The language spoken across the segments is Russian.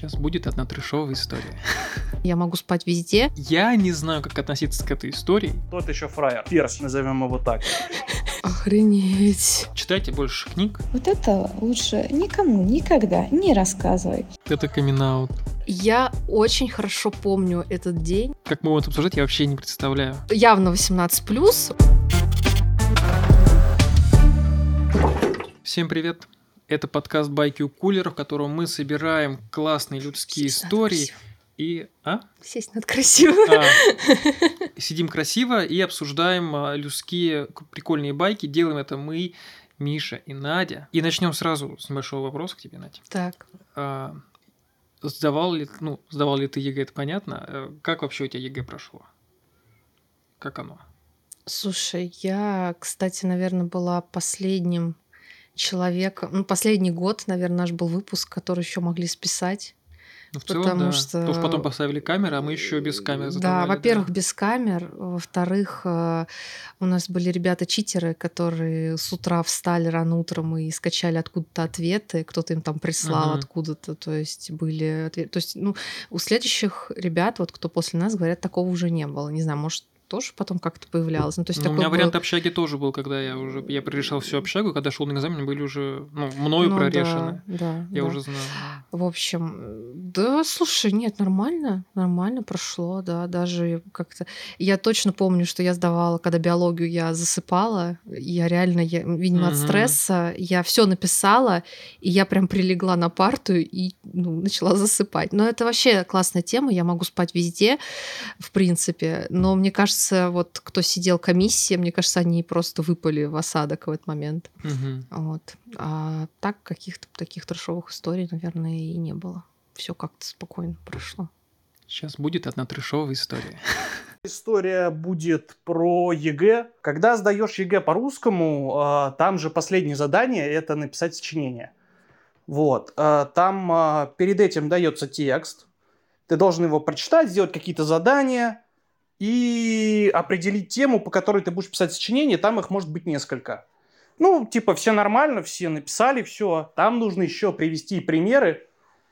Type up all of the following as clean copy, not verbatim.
Сейчас будет одна трэшовая история. Я могу спать везде. Я не знаю, как относиться к этой истории. Тот еще фраер. Перс, назовем его так. Охренеть. Читайте больше книг. Вот это лучше никому никогда не рассказывай. Это камин-аут. Я очень хорошо помню этот день. Как мы будем это обсуждать, я вообще не представляю. Явно 18+. Всем привет. Это подкаст «Байки у кулера», в котором мы собираем классные людские истории. И... Сесть надо красиво. Сидим красиво и обсуждаем людские прикольные байки. Делаем это мы, Миша и Надя. И начнем сразу с небольшого вопроса к тебе, Надя. Так. Сдавал ли ты ЕГЭ, это понятно. Как вообще у тебя ЕГЭ прошло? Как оно? Слушай, я, кстати, наверное, была последним человеком. Последний год, наверное, наш был выпуск, который еще могли списать. Ну, в целом, потому да. что... Потому что потом поставили камеры, а мы еще без камер Да, во-первых, без камер. Во-вторых, у нас были ребята-читеры, которые с утра встали рано утром и скачали откуда-то ответы. Кто-то им там прислал откуда-то. То есть были ответы. То есть, у следующих ребят, вот кто после нас, говорят, такого уже не было. Не знаю, может, тоже потом как-то появлялось. То есть у меня вариант общаги тоже был, когда я решал всю общагу, когда шел на экзамен, были уже мною прорешены. Да, я уже знал. В общем, да, слушай, нет, нормально прошло, да, даже как-то... Я точно помню, что я сдавала, когда биологию я засыпала, я реально, видимо, от стресса, я все написала, и я прям прилегла на парту и начала засыпать. Но это вообще классная тема, я могу спать везде, в принципе, но мне кажется, вот кто сидел в комиссии, мне кажется, они просто выпали в осадок в этот момент. Вот. А так каких-то таких трэшовых историй, наверное, и не было. Все как-то спокойно прошло. Сейчас будет одна трэшовая история. История будет про ЕГЭ. Когда сдаешь ЕГЭ по-русскому, там же последнее задание — это написать сочинение. Вот. Там перед этим дается текст. Ты должен его прочитать, сделать какие-то задания и определить тему, по которой ты будешь писать сочинение. Там их может быть несколько. Все нормально, все написали, все. Там нужно еще привести примеры.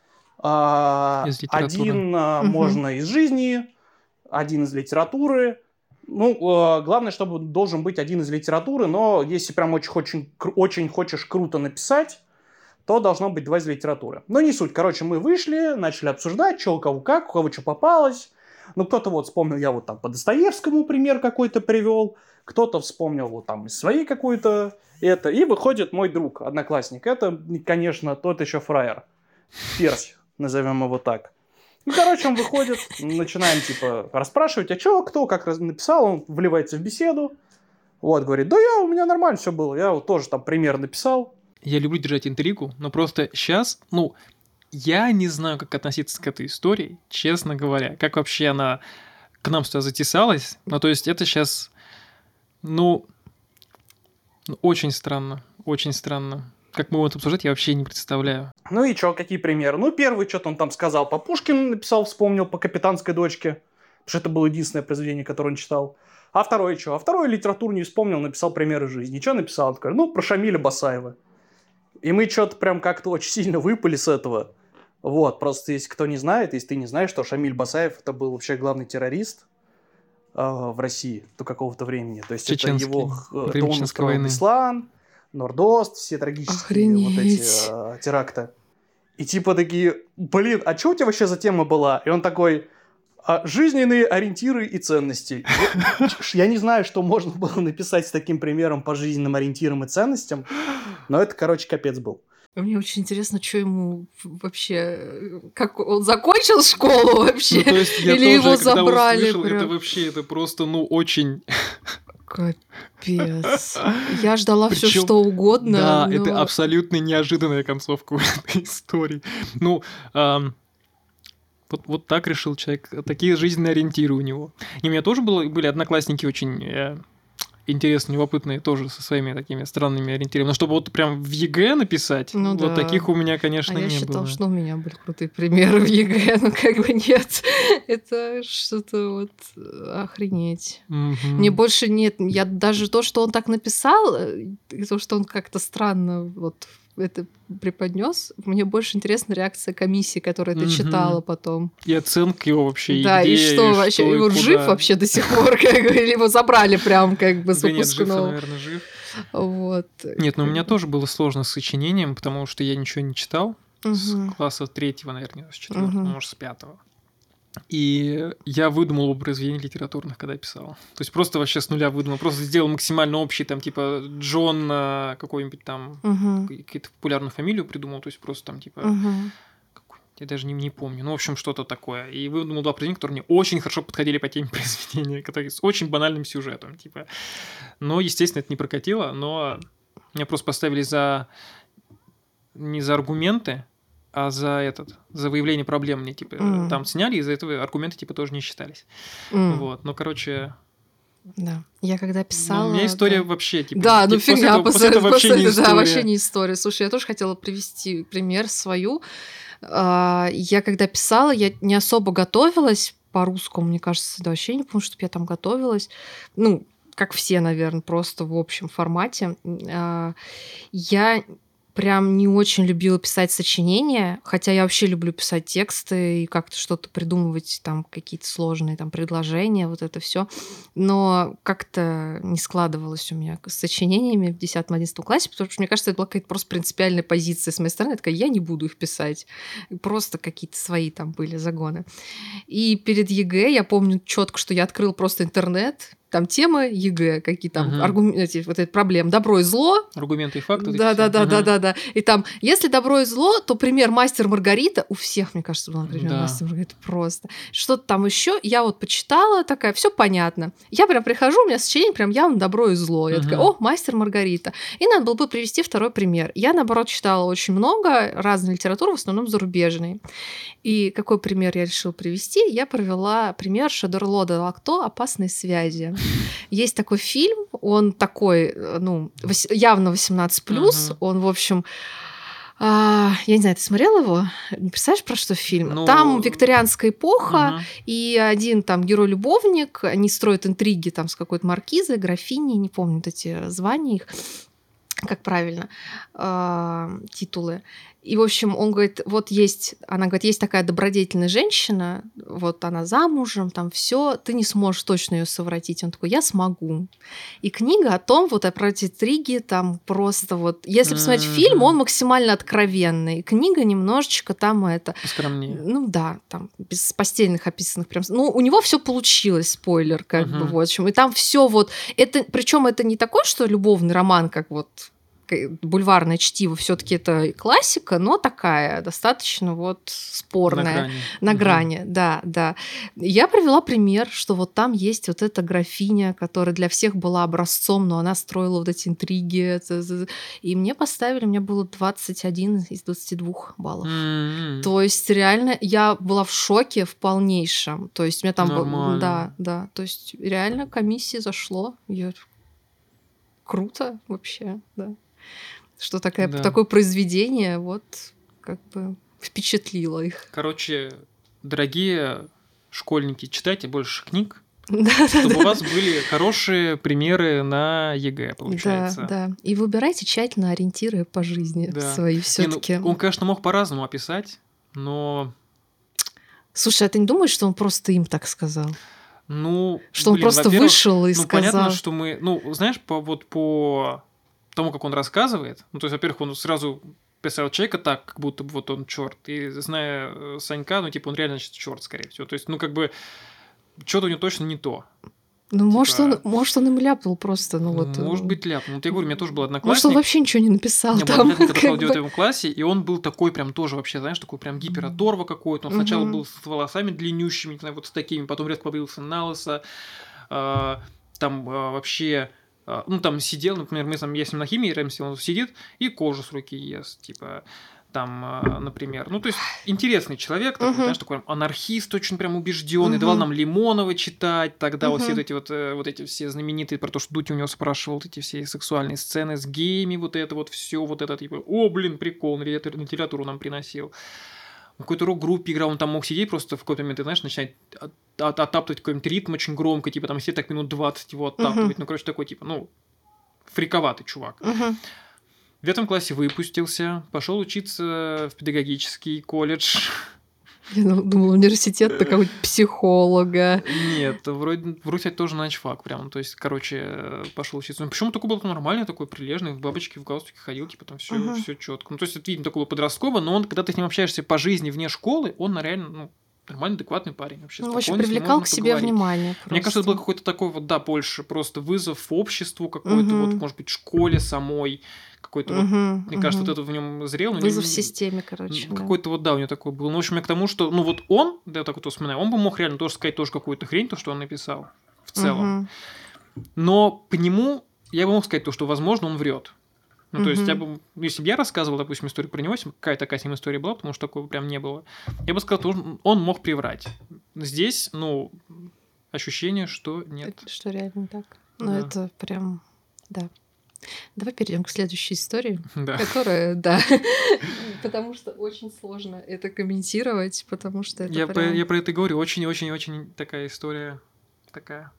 Один можно из жизни, один из литературы. Главное, чтобы должен быть один из литературы, но если прям очень хочешь круто написать, то должно быть 2 из литературы. Но не суть. Короче, мы вышли, начали обсуждать, что у кого как, у кого что попалось. Кто-то вспомнил, я там по Достоевскому пример какой-то привел, кто-то вспомнил из своей какой-то это. И выходит мой друг, одноклассник. Это, конечно, тот еще фраер. Перс, назовем его так. Он выходит, начинаем, расспрашивать, кто как написал, он вливается в беседу. Говорит, у меня нормально все было, я тоже пример написал. Я люблю держать интригу, но просто сейчас, я не знаю, как относиться к этой истории, честно говоря. Как вообще она к нам сюда затесалась. То есть это сейчас, очень странно, очень странно. Как мы будем это обсуждать, я вообще не представляю. И что, какие примеры? Первый, что-то он там сказал, по Пушкину написал, вспомнил, по «Капитанской дочке», потому что это было единственное произведение, которое он читал. А второй что? А второй литературу не вспомнил, написал примеры жизни. Что написал? Он такой, про Шамиля Басаева. И мы что-то прям как-то очень сильно выпали с этого. Просто если кто не знает, если ты не знаешь, что Шамиль Басаев это был вообще главный террорист в России до какого-то времени. То есть Чеченский, это его... время он Чеченской устроил войны. Беслан, Нордост, все трагические эти теракты. И такие, а что у тебя вообще за тема была? И он такой, жизненные ориентиры и ценности. Я не знаю, что можно было написать с таким примером по жизненным ориентирам и ценностям, но это, капец был. Мне очень интересно, что ему вообще... Как он закончил школу вообще? Или его забрали? Это вообще, это просто, очень... Капец. Я ждала все что угодно. Да, это абсолютно неожиданная концовка в этой истории. Вот так решил человек. Такие жизненные ориентиры у него. И у меня тоже были одноклассники очень интересные, любопытные, тоже со своими такими странными ориентирами. Но чтобы прям в ЕГЭ написать, таких у меня, конечно, не было. Я считала, что у меня были крутые примеры в ЕГЭ, но нет. Это что-то охренеть. Мне больше нет. Я даже то, что он так написал, и то, что он как-то странно это преподнес, мне больше интересна реакция комиссии, которую ты читала потом. И оценка его вообще, да, и где, и что вообще, и его куда. жив вообще до сих пор, или его забрали прям как бы с Да нет, жив, выпускного. наверное, жив. Вот. Нет, но у меня тоже было сложно с сочинением, потому что я ничего не читал. С Мгм. класса 3, наверное, с 4, Мгм. может, с 5. И я выдумал оба произведения литературных, когда писал. То есть просто вообще с нуля выдумал. Просто сделал максимально общий, там, типа, Джон какой-нибудь там, Мгм. какую-то популярную фамилию придумал. То есть просто там, типа, Мгм. я даже не помню. Ну, в общем, что-то такое. И выдумал 2 произведения, которые мне очень хорошо подходили по теме произведения, которые с очень банальным сюжетом, типа. Но, естественно, это не прокатило, но меня просто поставили не за аргументы, а за выявление проблем мне, типа, там сняли, и из-за этого аргументы, типа, тоже не считались. Вот, ну, короче... Да. Я когда писала... Ну, у меня история да. вообще, типа... Да, ну после фигня, после этого вообще не история. Да, вообще не история. Слушай, я тоже хотела привести пример свою. Я когда писала, я не особо готовилась по-русскому, мне кажется, да, вообще не помню, чтобы я там готовилась. Ну, как все, наверное, просто в общем формате. Я прям не очень любила писать сочинения, хотя я вообще люблю писать тексты и как-то что-то придумывать, там какие-то сложные там предложения, вот это все. Но как-то не складывалось у меня с сочинениями в 10-11 классе, потому что, мне кажется, это была какая-то просто принципиальная позиция с моей стороны. Я такая, я не буду их писать. Просто какие-то свои там были загоны. И перед ЕГЭ я помню четко, что я открыла просто интернет, там темы ЕГЭ, какие там аргументы, вот эти проблемы, добро и зло. Аргументы и факты. Да. И там, если добро и зло, то пример «Мастер Маргарита». У всех, мне кажется, был, например, «Мастер Маргарита» просто. Что-то там еще. Я вот почитала, такая, все понятно. Я прям прихожу, у меня сочинение прям явно добро и зло. Я такая, о, «Мастер Маргарита». И надо было бы привести второй пример. Я, наоборот, читала очень много разной литературы, в основном зарубежной. И какой пример я решила привести? Я провела пример Шодерло де Лакто «Опасные связи». Есть такой фильм, он такой, ну, явно 18+, он, в общем... я не знаю, ты смотрел его? Не представляешь, про что фильм? Ну, там викторианская эпоха, и один там герой-любовник, они строят интриги там с какой-то маркизой, графиней, не помню вот эти звания их, как правильно, титулы. И, в общем, он говорит, вот есть, она говорит, есть такая добродетельная женщина, вот она замужем, там все, ты не сможешь точно ее совратить. Он такой, я смогу. И книга о том, вот про эти интриги, там просто вот, если посмотреть фильм, он максимально откровенный. Книга немножечко там это... Поскромнее. Ну да, там без постельных описанных прям... Ну, у него все получилось, спойлер, как бы, вот, в общем. И там все вот... Это, причем это не такой, что любовный роман, как вот бульварное чтиво, все-таки это классика, но такая достаточно вот спорная. На грани, да. Я привела пример, что вот там есть вот эта графиня, которая для всех была образцом, но она строила вот эти интриги. И мне поставили, у меня было 21 из 22 баллов. То есть реально я была в шоке в полнейшем. То есть у меня там было... Да. То есть реально комиссии зашло. Круто вообще, да. Что такое произведение, вот, как бы впечатлило их. Короче, дорогие школьники, читайте больше книг, чтобы у вас были хорошие примеры на ЕГЭ, получается. Да. И выбирайте тщательно ориентиры по жизни свои все-таки. Он, конечно, мог по-разному описать, но... Слушай, а ты не думаешь, что он просто им так сказал? Ну, что он просто вышел и сказал... понятно, что мы... Ну, знаешь, по тому, как он рассказывает, ну, то есть, во-первых, он сразу писал человека так, как будто бы вот он черт, и зная Санька, ну, типа, он реально черт, скорее всего. То есть, ну, как бы, что-то у него точно не то. Ну, типа... может, он им ляпнул просто, ну, вот... Может быть, ляпнул. Вот я говорю, у меня тоже был одноклассник. Может, он вообще ничего не написал там. там. Я был одноклассник, который в 9 классе, и он был такой прям тоже вообще, знаешь, такой прям гипероторва какой-то. Он сначала был с волосами длиннющими, не знаю, вот с такими, потом резко побрился на лысо. Там вообще... Ну, там сидел, например, я с ним на химии играемся, он сидит и кожу с руки ест, типа, там, например. Ну, то есть, интересный человек, такой, знаешь, такой анархист очень прям убежденный, давал нам Лимонова читать, тогда вот все эти все знаменитые, про то, что Дудь у него спрашивал, вот эти все сексуальные сцены с геями, вот это, типа, о, блин, прикол, на литературу нам приносил. В какой-то рок-группе играл, он там мог сидеть просто в какой-то момент, знаешь, начинать оттаптывать какой-нибудь ритм очень громко, типа там все так минут 20 его оттаптывать. Ну, короче, такой, типа, ну, фриковатый чувак. В этом классе выпустился, пошел учиться в педагогический колледж. Я думала, университет какого-нибудь психолога. Нет, вроде кстати, тоже начфак прям. То есть, пошел учиться. Ну, почему такой был нормальный, такой прилежный, в бабочке, в галстуке ходил, типа там все четко. Ну, то есть, это видно, такой подростковый, но он, когда ты с ним общаешься по жизни вне школы, он реально, нормальный, адекватный парень вообще. Ну, в общем, привлекал к себе внимание. Мне кажется, это был какой-то такой больше просто вызов обществу какой-то, может быть, школе самой. Какой-то мне кажется, вот это в нем зрел. Вызов системе, короче. Какой-то у него такой был. Ну, в общем, я к тому, что, он, да, я так вот вспоминаю, он бы мог реально тоже сказать какую-то хрень, то, что он написал в целом. Но по нему я бы мог сказать то, что, возможно, он врет. Ну, то есть, если бы я рассказывал, допустим, историю про него, если бы какая-то такая с ним история была, потому что такого прям не было, я бы сказал, что он мог приврать. Здесь, ощущение, что нет. Что реально так. Ну, это прям, да. Давай перейдем к следующей истории, которая, потому что очень сложно это комментировать, потому что это я про это говорю, очень-очень-очень такая история такая.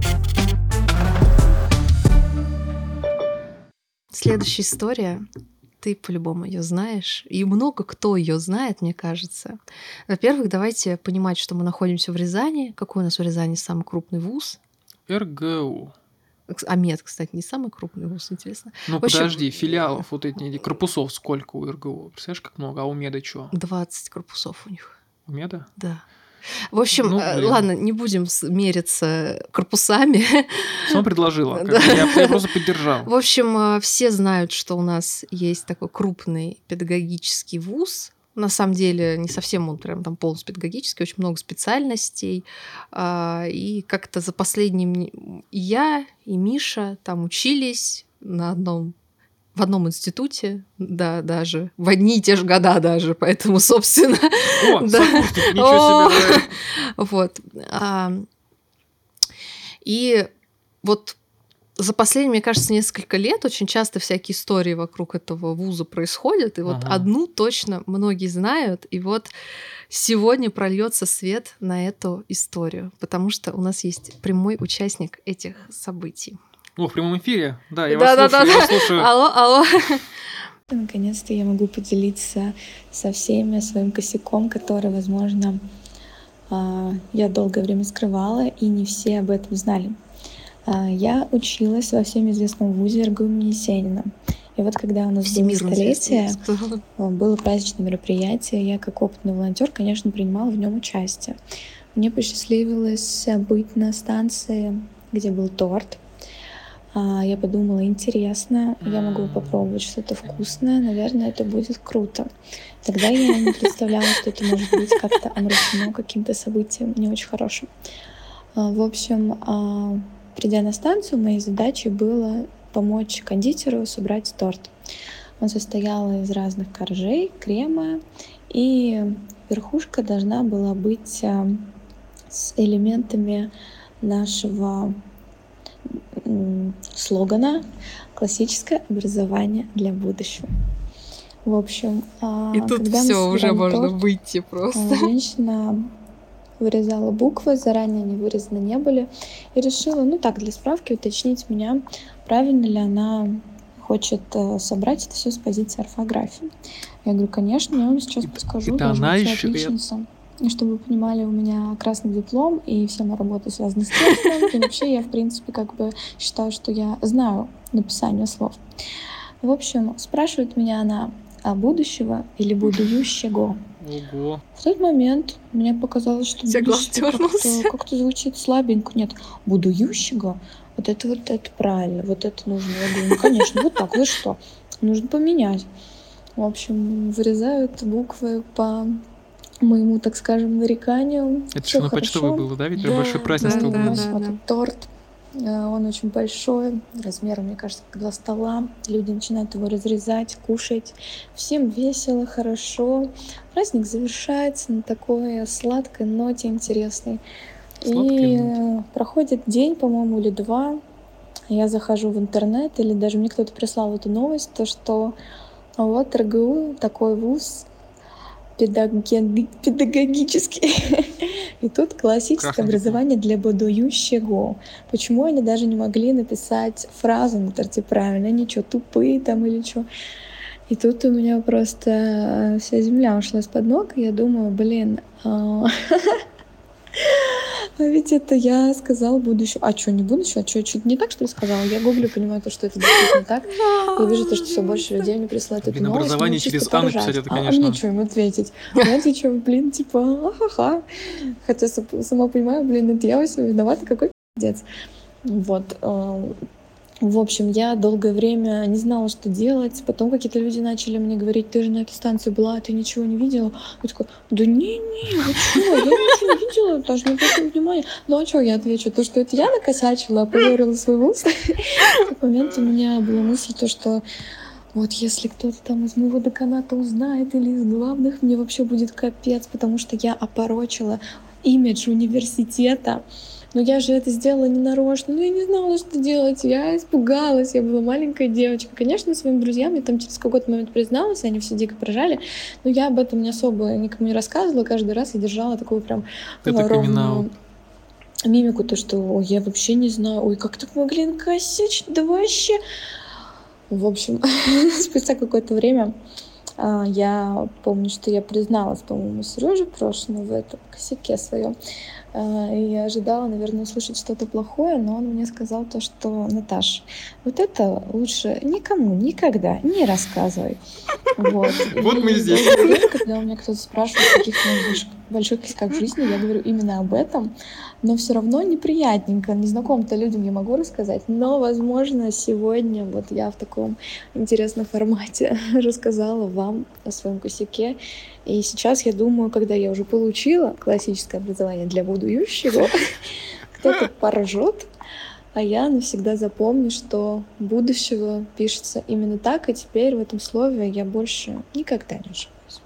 Следующая история, ты по-любому ее знаешь, и много кто ее знает, мне кажется. Во-первых, давайте понимать, что мы находимся в Рязани. Какой у нас в Рязани самый крупный вуз? РГУ. А МЕД, кстати, не самый крупный вуз, интересно. Ну, подожди, филиалов вот эти, корпусов сколько у РГУ? Представляешь, как много? А у МЕДа что? 20 корпусов у них. У МЕДа? Да. В общем, ладно, не будем мериться корпусами. Сама предложила, я просто поддержал. В общем, все знают, что у нас есть такой крупный педагогический вуз. На самом деле, не совсем он прям там полностью педагогический, очень много специальностей. И как-то за последним я и Миша там учились в одном институте, да, даже в одни и те же года даже, поэтому, собственно... О, сокурсник, ничего себе! Вот. И вот за последние, мне кажется, несколько лет очень часто всякие истории вокруг этого вуза происходят, и вот одну точно многие знают, и вот сегодня прольется свет на эту историю, потому что у нас есть прямой участник этих событий. О, в прямом эфире? Да, я вас слушаю. Алло. Наконец-то я могу поделиться со всеми своим косяком, который, возможно, я долгое время скрывала, и не все об этом знали. Я училась во всем известном вузе РГУ имени Есенина. И вот когда у нас было столетие, было праздничное мероприятие, я как опытный волонтер, конечно, принимала в нем участие. Мне посчастливилось быть на станции, где был торт. Я подумала, интересно, я могу попробовать что-то вкусное, наверное, это будет круто. Тогда я не представляла, что это может быть как-то омрачено каким-то событием не очень хорошим. В общем, придя на станцию, моей задачей было помочь кондитеру собрать торт. Он состоял из разных коржей, крема, и верхушка должна была быть с элементами нашего слогана «Классическое образование для будущего». В общем, и тут все уже можно выйти просто. Женщина вырезала буквы, заранее они вырезаны не были, и решила, для справки уточнить меня, правильно ли она хочет собрать это все с позиции орфографии. Я говорю, конечно, я вам сейчас подскажу, это она еще отличница. И чтобы вы понимали, у меня красный диплом, и вся моя работа связана с текстом, и вообще я, в принципе, считаю, что я знаю написание слов. В общем, спрашивает меня она, будущего или будущего? Ого. В тот момент мне показалось, что будущее как-то звучит слабенько. Нет, будущего? Вот это правильно, вот это нужно. Я говорю, конечно, вот так, вы что? Нужно поменять. В общем, вырезают буквы по моему, так скажем, нареканию. Это же на почтовой было, да? Ведь большое празднество было. Вот торт. Он очень большой, размером, мне кажется, как 2 стола. Люди начинают его разрезать, кушать. Всем весело, хорошо. Праздник завершается на такой сладкой ноте интересной. И проходит день, по-моему, или 2. Я захожу в интернет, или даже мне кто-то прислал эту новость, то что вот РГУ, такой вуз, педагогический. И тут классическое Красный диплом. образование для будущего. Почему они даже не могли написать фразу на торте правильно? Они что, тупые там или что? И тут у меня просто вся земля ушла из-под ног, и я думаю, блин, а ведь это я сказала будущее. А что, не будущее? А что, чуть не так, что ли, сказала? Я гуглю, понимаю, то, что это действительно так. Я вижу то, что все больше людей мне присылают эту Блин, новость. образование мне чисто через А написать, поражает. это, А мне конечно... что им ответить? Я отвечаю, блин, типа, ха-ха. Хотя сама понимаю, блин, это я во всем виновата, какой пиздец. Вот. В общем, я долгое время не знала, что делать. Потом какие-то люди начали мне говорить, ты же на аттестации была, ты ничего не видела. Я такая, да не, вы что, я ничего не видела, даже не обратила внимания. Ну а что я отвечу? То, что это я накосячила, поверила в свой вуз. В тот момент у меня была мысль, то, что вот если кто-то там из моего деканата узнает или из главных, мне вообще будет капец, потому что я опорочила имидж университета. Но я же это сделала ненарочно, я не знала, что делать, я испугалась, я была маленькая девочка. Конечно, своим друзьям я там через какой-то момент призналась, они все дико поражали, но я об этом не особо никому не рассказывала, каждый раз я держала такую прям ровную мимику, то, что ой, я вообще не знаю, ой, как так могли накосячить, да вообще. В общем, спустя какое-то время я помню, что я призналась, по-моему, Серёже прошлому в этом косяке своем. И я ожидала, наверное, услышать что-то плохое, но он мне сказал то, что Наташ, вот это лучше никому никогда не рассказывай. Вот. Вот мы здесь. Когда у меня кто-то спрашивает о каких-то больших косяках в жизни, я говорю именно об этом, но все равно неприятненько. Незнакомым-то людям я могу рассказать, но, возможно, сегодня вот я в таком интересном формате рассказала вам о своем косяке. И сейчас я думаю, когда я уже получила классическое образование для будущего, кто-то поржет, а я навсегда запомню, что будущего пишется именно так, и теперь в этом слове я больше никогда не ошибусь.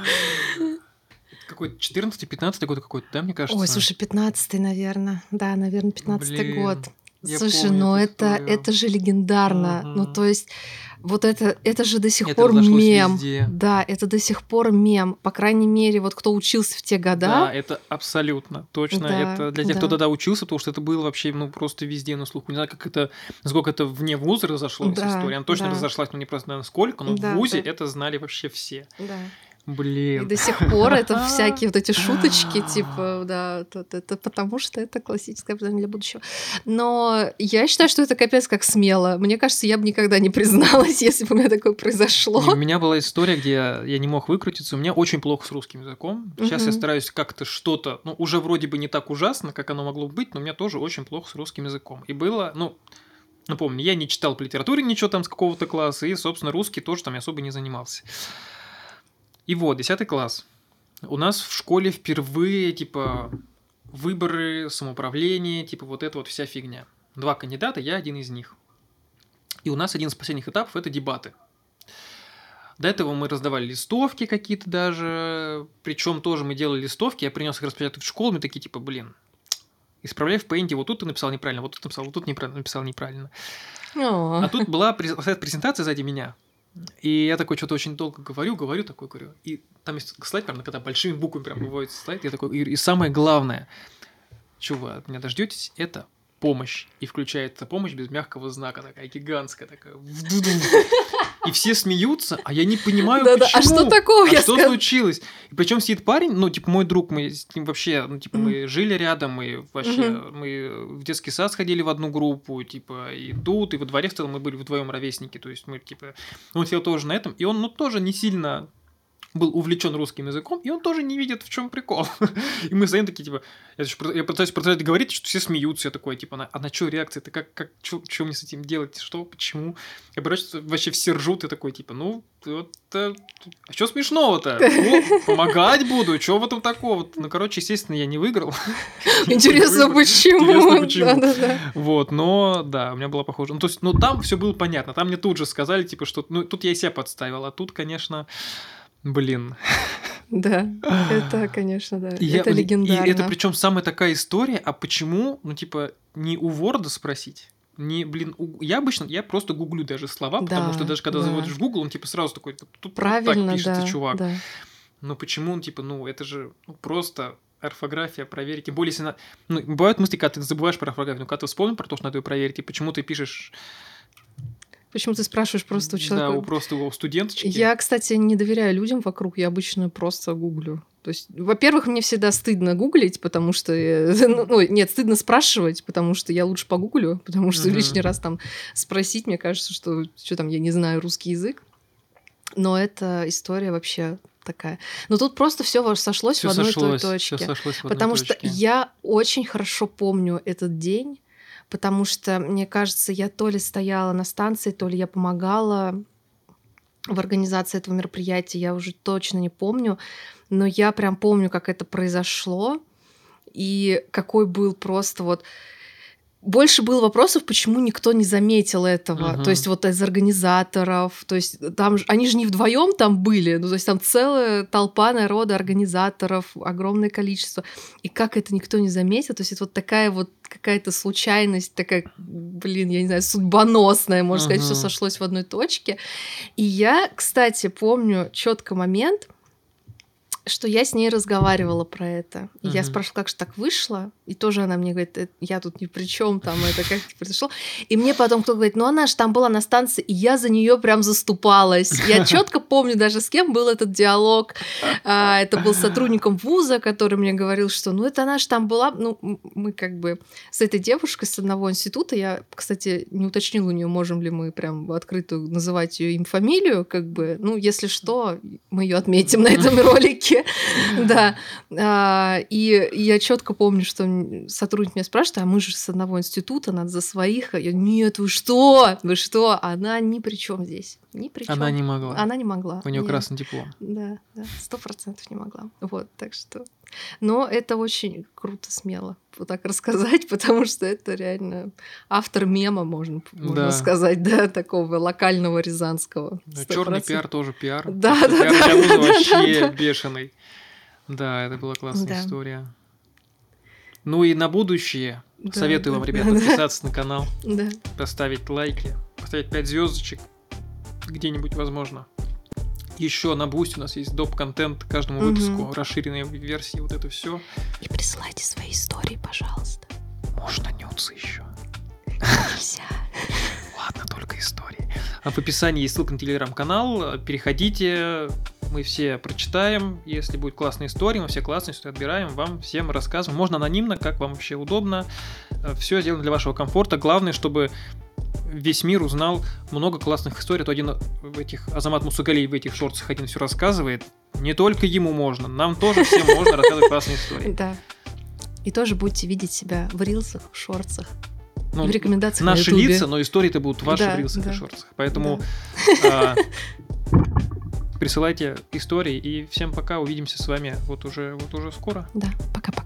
Какой-то 14-15 год какой-то, да, мне кажется? Ой, слушай, 15-й, наверное. Да, наверное, 15-й год. Я Слушай, помню ну эту это историю. же легендарно. Мгм. Ну, то есть, вот это же до сих Это пор разошлось мем. везде. Да, это до сих пор мем. По крайней мере, вот кто учился в те Да, года. это абсолютно точно. Да, Это для тех, кто да. тогда учился, потому что это было вообще, ну, просто везде на слуху. Не знаю, как это, насколько это вне вуза разошлась Да, история. Она точно да. разошлась, но не просто, наверное, сколько, но Да, в вузе да. это знали вообще все. Да. И Блин. до сих пор это всякие вот эти шуточки, типа, да, это потому что это классическое образование для будущего. Но я считаю, что это капец как смело. Мне кажется, я бы никогда не призналась, если бы у меня такое произошло. У меня была история, где я не мог выкрутиться. У меня очень плохо с русским языком. Сейчас я Мгм. стараюсь как-то что-то, ну, уже вроде бы не так ужасно, как оно могло быть, но у меня тоже очень плохо с русским языком. И было, ну, напомню, я не читал по литературе ничего там с какого-то класса, и, собственно, русский тоже там я особо не занимался. И вот, 10 класс. У нас в школе впервые, типа, выборы, самоуправление, типа, вот это вот вся фигня. 2 кандидата, я один из них. И у нас один из последних этапов – это дебаты. До этого мы раздавали листовки какие-то даже, причем тоже мы делали листовки, я принес их распечатать в школу, мы такие, типа, блин, исправляй в пейнте, вот тут ты написал неправильно, вот тут написал, вот тут написал неправильно. О. А тут была презентация сзади меня. И я такой что-то очень долго говорю. И там есть слайд, прям, когда большими буквами прям выводится слайд. Я такой, и самое главное, что вы от меня дождетесь, это помощь. И включается помощь без мягкого знака, такая гигантская, такая. И все смеются, а я не понимаю, Да-да, почему. а что такого, я что скажу? случилось? И причем сидит парень, ну, типа, мой друг, мы с ним вообще, ну, типа, мы жили рядом, мы вообще, мы в детский сад сходили в одну группу, типа, и тут, и во дворе в целом мы были вдвоем ровесники, то есть мы, типа, он сидел тоже на этом, и он, ну, тоже не сильно был увлечен русским языком, и он тоже не видит, в чем прикол. И мы стоим такие, типа, я пытаюсь продолжать говорить, что все смеются, я такой, типа, а на что реакция? Это как что мне с этим делать? Что? Почему? Я оборачиваюсь, вообще все ржут, и такой, типа, ну, вот, а что смешного-то? Ну, помогать буду, что в этом такого? Ну, короче, естественно, я не выиграл. Интересно, почему? Интересно, почему. Да-да-да. Вот, но, да, у меня было похоже. Ну, то есть, ну, там все было понятно, там мне тут же сказали, типа, что, ну, тут я и себя подставил, а тут, конечно... Блин. Да, это, конечно, да. И Это легендарно. И это причем самая такая история, а почему, ну, типа, не у Ворда спросить? Не, блин, я просто гуглю даже слова, потому Да, что даже когда да. заводишь в Google, он типа сразу такой, тут Правильно, так пишется, да, чувак. да. Ну почему, типа, это же просто орфография, проверить. Тем более, если бывают мысли, когда ты забываешь про орфографию, но когда ты вспомнил про то, что надо ее проверить, и почему ты пишешь... Почему ты спрашиваешь просто у человека? Да, просто у студенточки. Я, кстати, не доверяю людям вокруг, я обычно просто гуглю. То есть, во-первых, мне всегда стыдно гуглить, потому что... нет, стыдно спрашивать, потому что я лучше погуглю, потому что лишний раз там спросить, мне кажется, что там, я не знаю русский язык. Но эта история вообще такая. Но тут просто все сошлось в одной и той точке. Потому что я очень хорошо помню этот день, потому что, мне кажется, я то ли стояла на станции, то ли я помогала в организации этого мероприятия, я уже точно не помню, но я прям помню, как это произошло, и какой был просто больше было вопросов, почему никто не заметил этого. То есть из организаторов, то есть там они же не вдвоем там были, то есть там целая толпа народа, организаторов, огромное количество. И как это никто не заметил, то есть это такая какая-то случайность, такая, я не знаю, судьбоносная, можно сказать, все сошлось в одной точке. И я, кстати, помню четко момент, что я с ней разговаривала про это. И я спрашивала, как же так вышло? И тоже она мне говорит, я тут ни при чем, там это как произошло. И мне потом кто-то говорит, она же там была на станции, и я за нее прям заступалась. Я четко помню даже, с кем был этот диалог. Это был сотрудником вуза, который мне говорил, что это она же там была. Мы с этой девушкой с одного института, я, кстати, не уточнила у нее, можем ли мы прям открыто называть ее фамилию, если что, мы ее отметим на этом ролике. Да. И я четко помню, что сотрудник меня спрашивает, а мы же с одного института, надо за своих. Я нет, вы что? Она ни при чем здесь. Ни при чем. Она не могла. Она не могла. У нее красный диплом. Да, 100% не могла. Так что... Но это очень круто, смело так рассказать, потому что это реально автор мема, можно сказать, да, такого локального рязанского. Черный пиар тоже пиар. Да. Пиар вообще бешеный. Да, это была классная история. И на будущее советую вам, ребята, подписаться на канал, поставить лайки, поставить 5 звездочек где-нибудь, возможно. Еще на Бусти у нас есть доп-контент к каждому выпуску, расширенные версии, это все. И присылайте свои истории, пожалуйста. Можно нюцы еще. Нельзя. Ладно, только истории. А в описании есть ссылка на телеграм-канал. Переходите, мы все прочитаем. Если будет классная история, мы все классные истории отбираем, вам всем рассказываем. Можно анонимно, как вам вообще удобно. Все сделано для вашего комфорта. Главное, чтобы весь мир узнал много классных историй. То Азамат Мусагалиев в этих шортсах один все рассказывает. Не только ему можно, нам тоже всем можно рассказывать классные истории. Да. И тоже будете видеть себя в рилсах, в шортсах. В рекомендациях наши на Ютубе. лица, но истории-то будут ваши в рилсах и шортсах. Поэтому присылайте истории. И всем пока. Увидимся с вами вот уже скоро. Да, пока-пока.